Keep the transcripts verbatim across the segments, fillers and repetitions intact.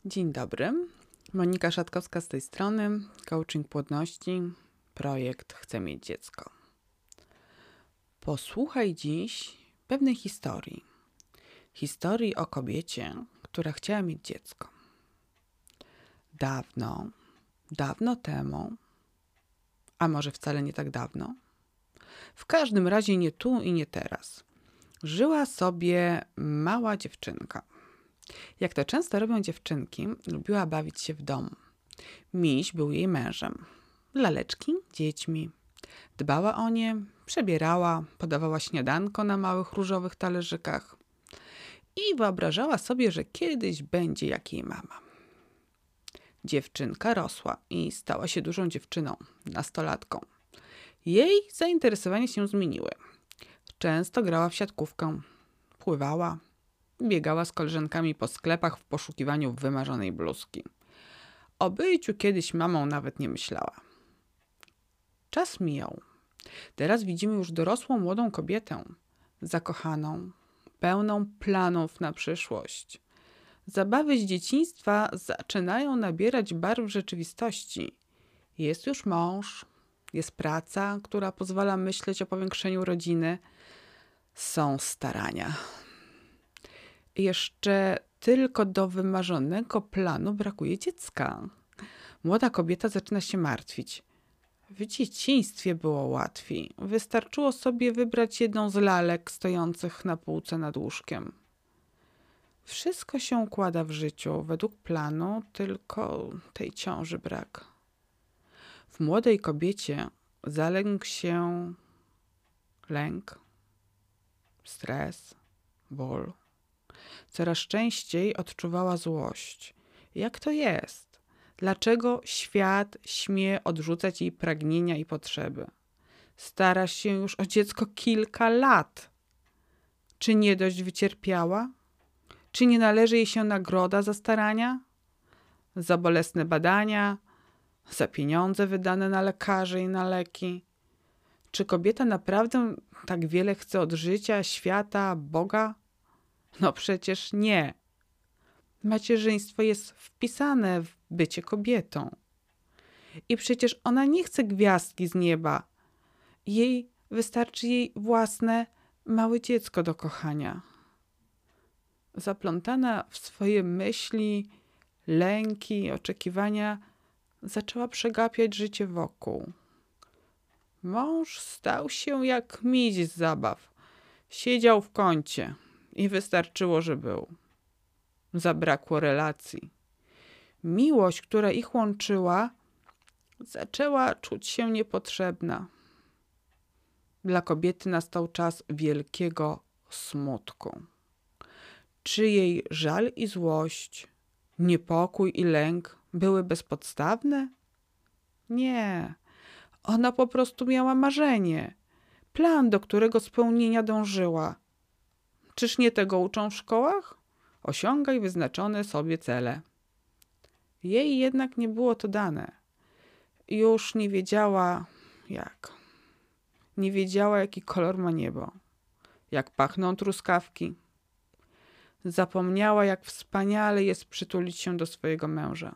Dzień dobry, Monika Szatkowska z tej strony, coaching płodności, projekt Chcę mieć dziecko. Posłuchaj dziś pewnej historii. Historii o kobiecie, która chciała mieć dziecko. Dawno, dawno temu, a może wcale nie tak dawno, w każdym razie nie tu i nie teraz, żyła sobie mała dziewczynka. Jak to często robią dziewczynki, lubiła bawić się w domu. Miś był jej mężem. Laleczki dziećmi. Dbała o nie, przebierała, podawała śniadanko na małych różowych talerzykach i wyobrażała sobie, że kiedyś będzie jak jej mama. Dziewczynka rosła i stała się dużą dziewczyną, nastolatką. Jej zainteresowania się zmieniły. Często grała w siatkówkę, pływała, biegała z koleżankami po sklepach w poszukiwaniu wymarzonej bluzki. O byciu kiedyś mamą nawet nie myślała. Czas mijał. Teraz widzimy już dorosłą młodą kobietę, zakochaną, pełną planów na przyszłość. Zabawy z dzieciństwa zaczynają nabierać barw rzeczywistości. Jest już mąż, jest praca, która pozwala myśleć o powiększeniu rodziny. Są starania. Jeszcze tylko do wymarzonego planu brakuje dziecka. Młoda kobieta zaczyna się martwić. W dzieciństwie było łatwiej. Wystarczyło sobie wybrać jedną z lalek stojących na półce nad łóżkiem. Wszystko się układa w życiu według planu, tylko tej ciąży brak. W młodej kobiecie zaległ się lęk, stres, ból. Coraz częściej odczuwała złość. Jak to jest? Dlaczego świat śmie odrzucać jej pragnienia i potrzeby? Stara się już o dziecko kilka lat. Czy nie dość wycierpiała? Czy nie należy jej się nagroda za starania? Za bolesne badania? Za pieniądze wydane na lekarzy i na leki? Czy kobieta naprawdę tak wiele chce od życia, świata, Boga? No przecież nie. Macierzyństwo jest wpisane w bycie kobietą. I przecież ona nie chce gwiazdki z nieba. Jej wystarczy jej własne małe dziecko do kochania. Zaplątana w swoje myśli, lęki, oczekiwania, zaczęła przegapiać życie wokół. Mąż stał się jak miś z zabaw. Siedział w kącie i wystarczyło, że był. Zabrakło relacji. Miłość, która ich łączyła, zaczęła czuć się niepotrzebna. Dla kobiety nastał czas wielkiego smutku. Czy jej żal i złość, niepokój i lęk były bezpodstawne? Nie. Ona po prostu miała marzenie, plan, do którego spełnienia dążyła. Czyż nie tego uczą w szkołach? Osiągaj wyznaczone sobie cele. Jej jednak nie było to dane. Już nie wiedziała jak. Nie wiedziała, jaki kolor ma niebo. Jak pachną truskawki. Zapomniała, jak wspaniale jest przytulić się do swojego męża.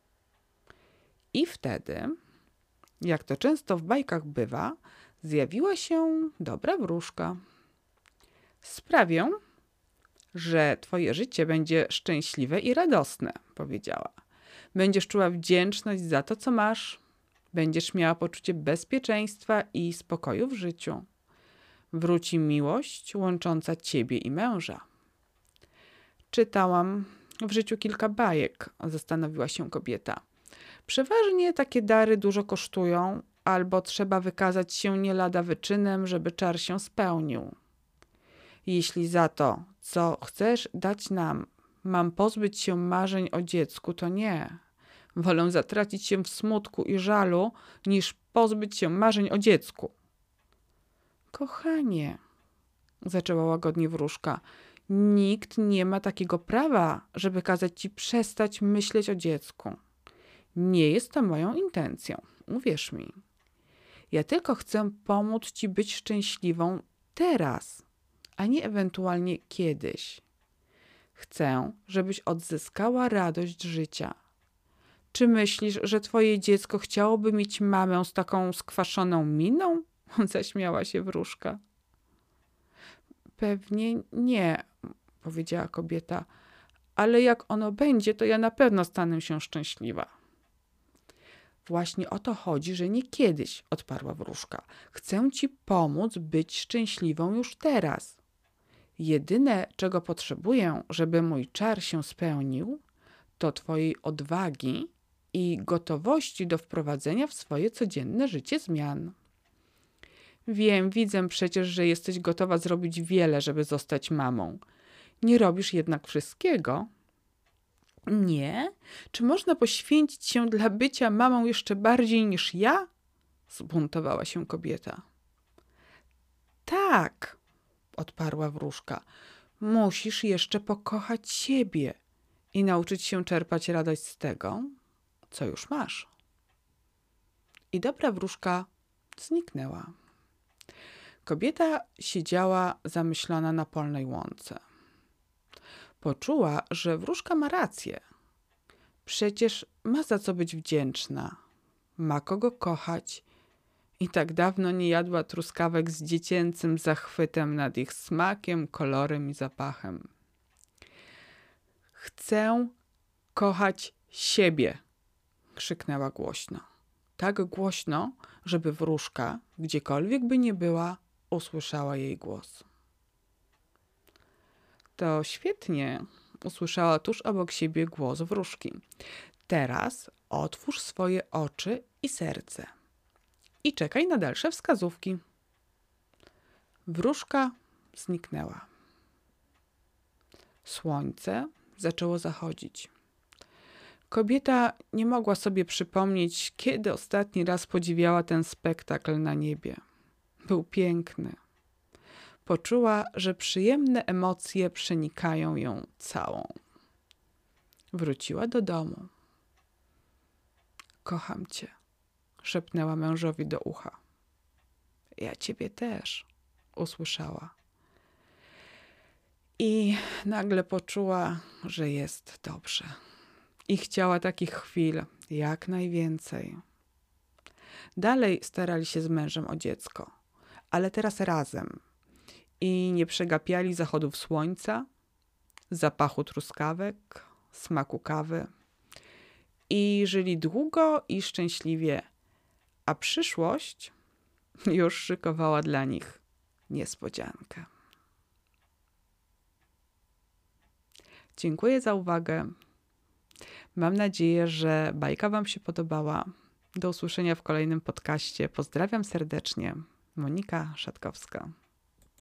I wtedy, jak to często w bajkach bywa, zjawiła się dobra wróżka. Sprawię, że twoje życie będzie szczęśliwe i radosne, powiedziała. Będziesz czuła wdzięczność za to, co masz. Będziesz miała poczucie bezpieczeństwa i spokoju w życiu. Wróci miłość łącząca ciebie i męża. Czytałam w życiu kilka bajek, zastanowiła się kobieta. Przeważnie takie dary dużo kosztują, albo trzeba wykazać się nie lada wyczynem, żeby czar się spełnił. Jeśli za to, co chcesz dać nam, mam pozbyć się marzeń o dziecku, to nie. Wolę zatracić się w smutku i żalu, niż pozbyć się marzeń o dziecku. Kochanie, zaczęła łagodnie wróżka, nikt nie ma takiego prawa, żeby kazać ci przestać myśleć o dziecku. Nie jest to moją intencją, uwierz mi. Ja tylko chcę pomóc ci być szczęśliwą teraz, a nie ewentualnie kiedyś. Chcę, żebyś odzyskała radość życia. Czy myślisz, że twoje dziecko chciałoby mieć mamę z taką skwaszoną miną? Zaśmiała się wróżka. Pewnie nie, powiedziała kobieta, ale jak ono będzie, to ja na pewno stanę się szczęśliwa. Właśnie o to chodzi, że nie kiedyś, odparła wróżka. Chcę ci pomóc być szczęśliwą już teraz. Jedyne, czego potrzebuję, żeby mój czar się spełnił, to twojej odwagi i gotowości do wprowadzenia w swoje codzienne życie zmian. Wiem, widzę przecież, że jesteś gotowa zrobić wiele, żeby zostać mamą. Nie robisz jednak wszystkiego. Nie? Czy można poświęcić się dla bycia mamą jeszcze bardziej niż ja? Zbuntowała się kobieta. Tak, odparła wróżka. Musisz jeszcze pokochać siebie i nauczyć się czerpać radość z tego, co już masz. I dobra wróżka zniknęła. Kobieta siedziała zamyślona na polnej łące. Poczuła, że wróżka ma rację. Przecież ma za co być wdzięczna. Ma kogo kochać i tak dawno nie jadła truskawek z dziecięcym zachwytem nad ich smakiem, kolorem i zapachem. Chcę kochać siebie, krzyknęła głośno. Tak głośno, żeby wróżka, gdziekolwiek by nie była, usłyszała jej głos. To świetnie, usłyszała tuż obok siebie głos wróżki. Teraz otwórz swoje oczy i serce i czekaj na dalsze wskazówki. Wróżka zniknęła. Słońce zaczęło zachodzić. Kobieta nie mogła sobie przypomnieć, kiedy ostatni raz podziwiała ten spektakl na niebie. Był piękny. Poczuła, że przyjemne emocje przenikają ją całą. Wróciła do domu. Kocham cię, szepnęła mężowi do ucha. Ja ciebie też, usłyszała. I nagle poczuła, że jest dobrze. I chciała takich chwil jak najwięcej. Dalej starali się z mężem o dziecko, ale teraz razem. I nie przegapiali zachodów słońca, zapachu truskawek, smaku kawy. I żyli długo i szczęśliwie, a przyszłość już szykowała dla nich niespodziankę. Dziękuję za uwagę. Mam nadzieję, że bajka wam się podobała. Do usłyszenia w kolejnym podcaście. Pozdrawiam serdecznie. Monika Szatkowska.